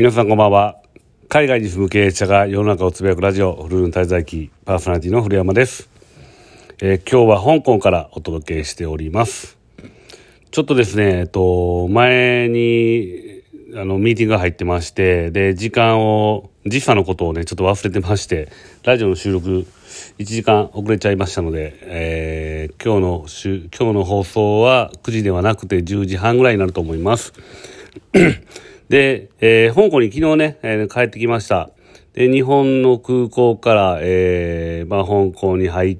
皆さんこんばんは。海外に住む経営者が世の中をつぶやくラジオフルーン滞在記パーソナリティの古山です。今日は香港からお届けしております。ちょっとですね、前にミーティングが入ってまして、で時差のことをねちょっと忘れてまして、ラジオの収録1時間遅れちゃいましたので、今日の放送は9時ではなくて10時半ぐらいになると思います。で、香港に昨日ね、帰ってきました。で、日本の空港から、香港に入って、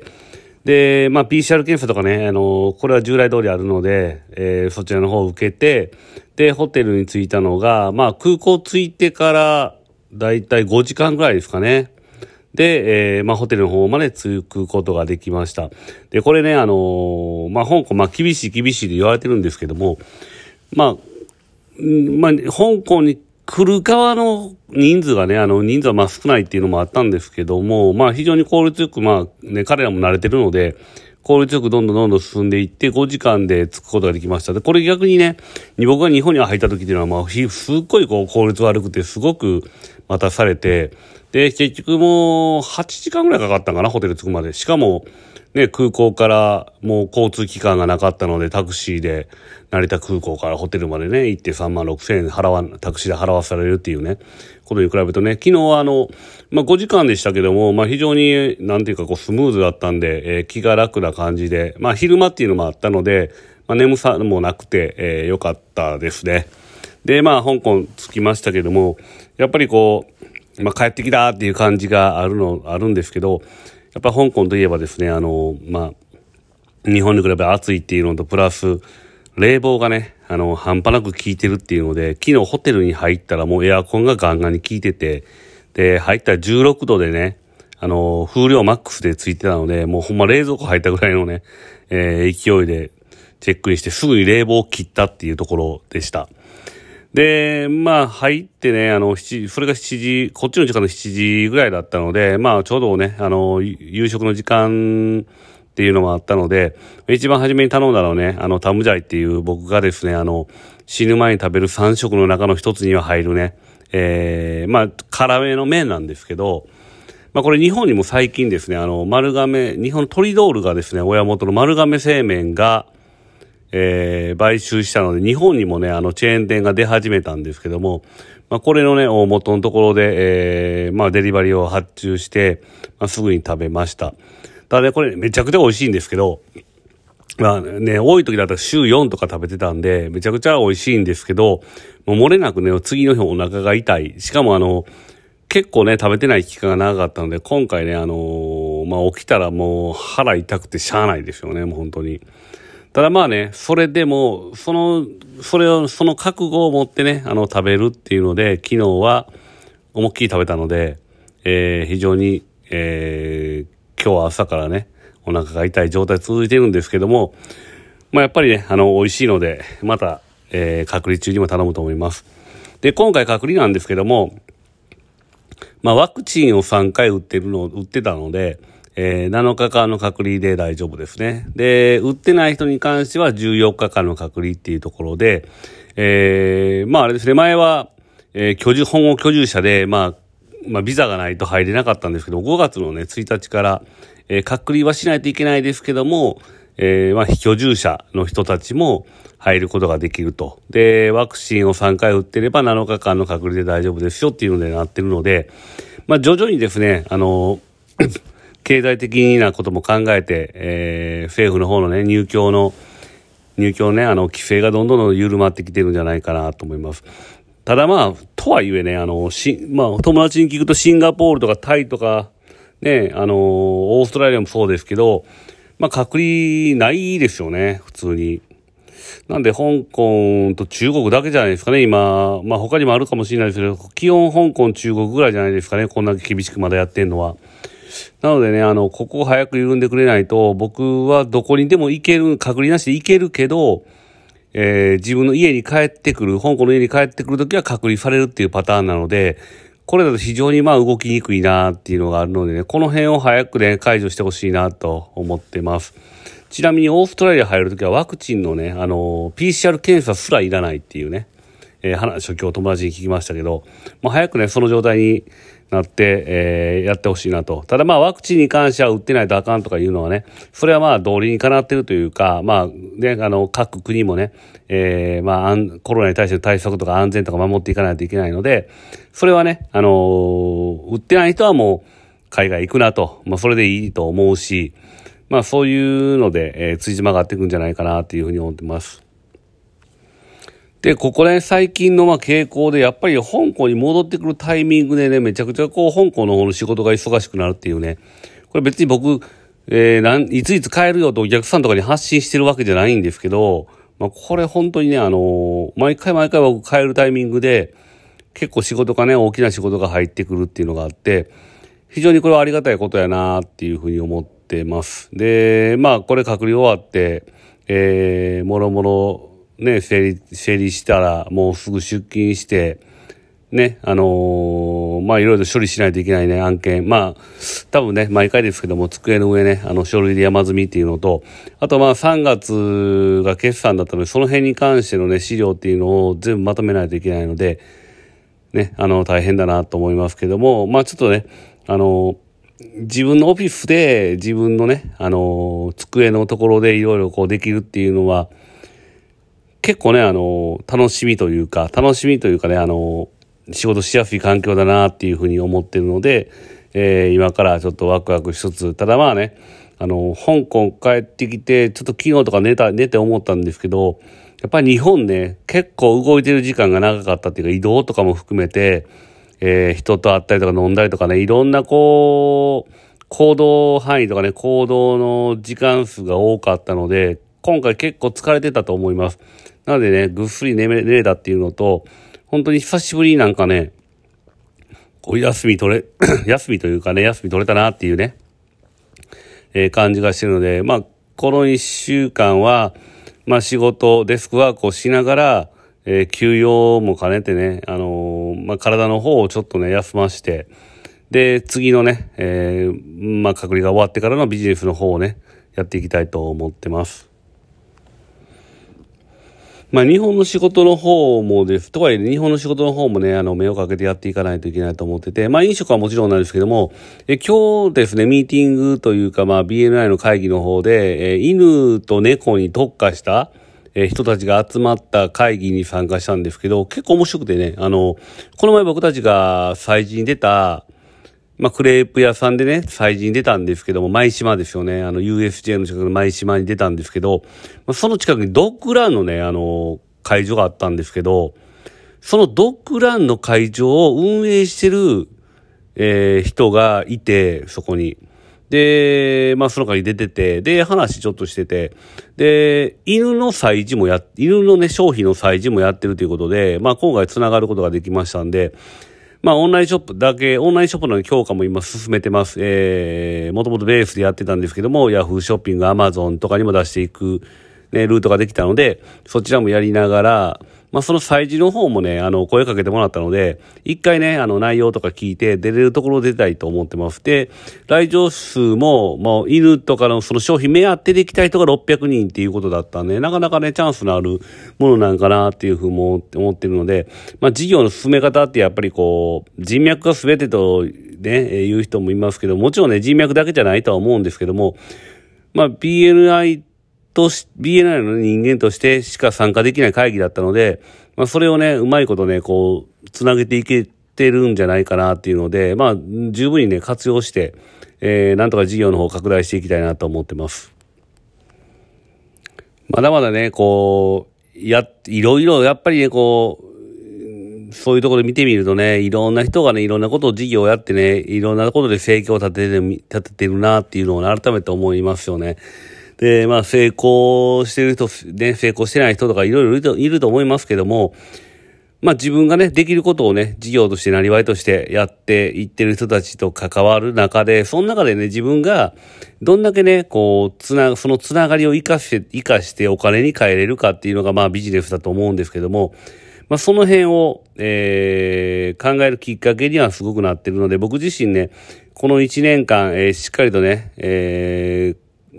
で、PCR 検査とかね、これは従来通りあるので、そちらの方を受けて、で、ホテルに着いたのが、空港着いてからだいたい5時間ぐらいですかね。で、ホテルの方まで着くことができました。で、これね、香港、厳しいで言われてるんですけども、香港に来る側の人数がね、人数は少ないっていうのもあったんですけども、非常に効率よく、彼らも慣れてるので、効率よくどんどん進んでいって、5時間で着くことができました。で、これ逆にね、僕が日本に入った時っていうのは、すっごい効率悪くて、すごく待たされて、で、結局もう、8時間ぐらいかかったかな、ホテル着くまで。しかも、ね、空港からもう交通機関がなかったので、タクシーで成田空港からホテルまでね、行って36,000円タクシーで払わされるっていうね、ことに比べるとね、昨日は5時間でしたけども、非常に、スムーズだったんで、気が楽な感じで、昼間っていうのもあったので、眠さもなくて、良かったですね。で、香港着きましたけども、やっぱり帰ってきたっていう感じがあるんですけど、やっぱ香港といえばですね、日本に比べ暑いっていうのと、プラス、冷房がね、半端なく効いてるっていうので、昨日ホテルに入ったらもうエアコンがガンガンに効いてて、で、入ったら16度でね、風量マックスでついてたので、もうほんま冷蔵庫入ったぐらいのね、勢いでチェックインしてすぐに冷房を切ったっていうところでした。で、入ってね、それが7時、こっちの時間の7時ぐらいだったので、ちょうどね、夕食の時間っていうのもあったので、一番初めに頼んだのはね、タムジャイっていう僕がですね、死ぬ前に食べる3食の中の一つには入るね、辛めの麺なんですけど、これ日本にも最近ですね、日本のトリドールがですね、親元の丸亀製麺が、買収したので、日本にもね、チェーン店が出始めたんですけども、これのね、大元のところで、デリバリーを発注して、すぐに食べました。ただね、これめちゃくちゃ美味しいんですけど、多い時だったら週4とか食べてたんで、めちゃくちゃ美味しいんですけど、もう漏れなくね、次の日お腹が痛い。しかも結構ね、食べてない期間が長かったので、今回ね、起きたらもう腹痛くてしゃあないですよね、もう本当に。ただそれでも、その覚悟を持ってね、食べるっていうので、昨日は思いっきり食べたので、非常に、今日は朝からね、お腹が痛い状態続いてるんですけども、やっぱりね、美味しいので、また、隔離中にも頼むと思います。で、今回隔離なんですけども、ワクチンを3回打ってたので、7日間の隔離で大丈夫ですね。で、打ってない人に関しては14日間の隔離っていうところで、あれですね、前は、本を居住者で、ビザがないと入れなかったんですけど、5月のね、1日から、隔離はしないといけないですけども、非居住者の人たちも入ることができると。で、ワクチンを3回打ってれば7日間の隔離で大丈夫ですよっていうのでなってるので、徐々にですね、経済的なことも考えて、政府の方のね、入居のね、規制がどんどん緩まってきてるんじゃないかなと思います。ただとはいえね、友達に聞くとシンガポールとかタイとか、ね、オーストラリアもそうですけど、隔離ないですよね、普通に。なんで、香港と中国だけじゃないですかね、今。他にもあるかもしれないですけど、基本香港、中国ぐらいじゃないですかね、こんな厳しくまだやってんのは。なのでね、ここを早く緩んでくれないと、僕はどこにでも行ける、隔離なしで行けるけど、自分の家に帰ってくる、香港の家に帰ってくるときは隔離されるっていうパターンなので、これだと非常に動きにくいなっていうのがあるのでね、この辺を早くね、解除してほしいなと思ってます。ちなみにオーストラリア入るときはワクチンのね、PCR 検査すらいらないっていうね、 話を今日友達に聞きましたけど、早くね、その状態になって、やってほしいなと。ただワクチンに関しては打ってないとあかんとかいうのはね、それは道理にかなってるというか、ね、各国もね、コロナに対しての対策とか安全とか守っていかないといけないので、それはね、打ってない人はもう海外行くなと、それでいいと思うし、そういうので、辻褄が合っていくんじゃないかなっていうふうに思ってます。で、ここね、最近の傾向で、やっぱり香港に戻ってくるタイミングでね、めちゃくちゃ香港の方の仕事が忙しくなるっていうね。これ別に僕、いついつ帰るよとお客さんとかに発信してるわけじゃないんですけど、これ本当にね、毎回僕帰るタイミングで、結構仕事がね、大きな仕事が入ってくるっていうのがあって、非常にこれはありがたいことやなっていうふうに思ってます。で、これ隔離終わって、もろもろ、ね、整理したらもうすぐ出勤してね、いろいろ処理しないといけないね案件、多分ね毎回ですけども机の上ね書類で山積みっていうのと、あと3月が決算だったのでその辺に関してのね資料っていうのを全部まとめないといけないのでね大変だなと思いますけども、ちょっとね自分のオフィスで自分のね机のところでいろいろできるっていうのは結構ね、楽しみというかね、仕事しやすい環境だなっていうふうに思ってるので、今からちょっとワクワクしつつ、ただ香港帰ってきて、ちょっと昨日とか寝て思ったんですけど、やっぱり日本ね、結構動いてる時間が長かったっていうか、移動とかも含めて、人と会ったりとか飲んだりとかね、いろんな行動範囲とかね、行動の時間数が多かったので、今回結構疲れてたと思います。なのでね、ぐっすり寝れたっていうのと、本当に久しぶりに休み取れたなっていうね、感じがしてるので、この1週間は、仕事、デスクワークをしながら、休養も兼ねてね、体の方をちょっとね、休まして、で、次のね、隔離が終わってからのビジネスの方をね、やっていきたいと思ってます。日本の仕事の方もとはいえ日本の仕事の方もね、目をかけてやっていかないといけないと思ってて、飲食はもちろんなんですけども、今日ですね、ミーティングというか、BNI の会議の方で、犬と猫に特化した、人たちが集まった会議に参加したんですけど、結構面白くてね、この前僕たちが催事に出た、クレープ屋さんでね、催事に出たんですけども、舞島ですよね。USJ の近くの舞島に出たんですけど、その近くにドッグランのね、会場があったんですけど、そのドッグランの会場を運営してる、人がいて、そこに。で、その中に出てて、で、話ちょっとしてて、で、犬のね、消費の催事もやってるということで、今回繋がることができましたんで、オンラインショップの強化も今進めてます。もともとベースでやってたんですけども、ヤフーショッピング、アマゾンとかにも出していく、ね、ルートができたので、そちらもやりながら、その催事の方もね、声かけてもらったので、一回ね、内容とか聞いて、出れるところ出たいと思ってます。で、来場数も、犬とかのその商品目当てで行きたい人が600人っていうことだったんで、なかなかね、チャンスのあるものなんかなっていうふうに思ってるので、事業の進め方ってやっぱり人脈が全てとね、言う人もいますけど、もちろんね、人脈だけじゃないとは思うんですけども、BNI の人間としてしか参加できない会議だったので、それをね、うまいことね、つなげていけてるんじゃないかなっていうので、十分にね、活用して、なんとか事業の方を拡大していきたいなと思ってます。まだまだね、いろいろ、やっぱりね、そういうところで見てみるとね、いろんな人がね、いろんなことを事業をやってね、いろんなことで生計を立ててるなっていうのを、ね、改めて思いますよね。で、成功してる人、ね、成功してない人とかいろいろいると思いますけども、自分がね、できることをね、事業としてなりわいとしてやっていってる人たちと関わる中で、その中でね、自分がどんだけね、そのつながりを生かしてお金に変えれるかっていうのがビジネスだと思うんですけども、その辺を、考えるきっかけにはすごくなってるので、僕自身ね、この1年間、しっかりとね、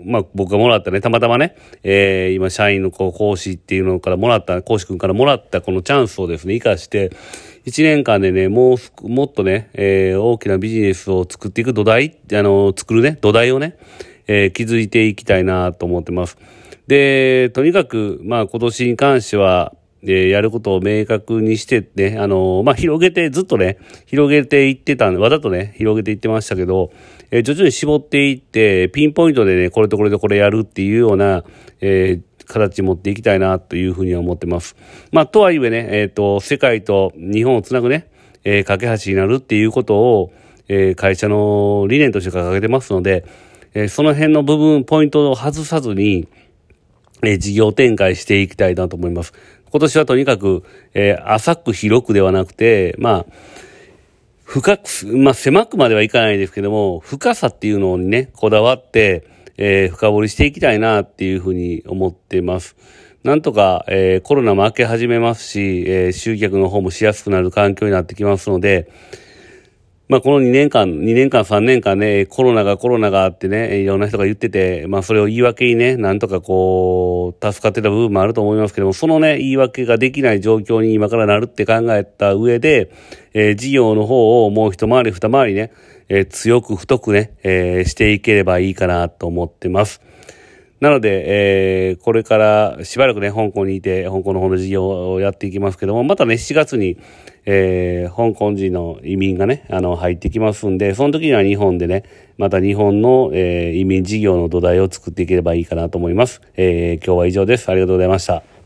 僕がもらったね、たまたまね、今、社員の講師っていうのからもらった、講師君からもらったこのチャンスをですね、活かして、1年間でね、もっとね、大きなビジネスを作っていく土台、作るね、土台をね、築いていきたいなと思ってます。で、とにかく、今年に関しては、やることを明確にしてね、広げて、ずっとね、広げていってたんで、わざとね、広げていってましたけど、徐々に絞っていって、ピンポイントでね、これとこれとこれやるっていうような、形持っていきたいなというふうには思ってます。とはいえね、世界と日本をつなぐね、架け橋になるっていうことを、会社の理念として掲げてますので、その辺の部分、ポイントを外さずに、事業展開していきたいなと思います。今年はとにかく、浅く広くではなくて、深く、狭くまではいかないですけども、深さっていうのにね、こだわって、深掘りしていきたいなっていうふうに思っています。なんとか、コロナも明け始めますし、集客の方もしやすくなる環境になってきますので、この2年間、3年間ね、コロナがあってね、いろんな人が言ってて、それを言い訳にね、なんとか助かってた部分もあると思いますけども、そのね、言い訳ができない状況に今からなるって考えた上で、事業の方をもう一回り二回りね、強く太くね、していければいいかなと思ってます。なので、これからしばらくね、香港にいて、香港の方の事業をやっていきますけども、またね、7月に、香港人の移民がね、入ってきますんで、その時には日本でね、また日本の、移民事業の土台を作っていければいいかなと思います。今日は以上です。ありがとうございました。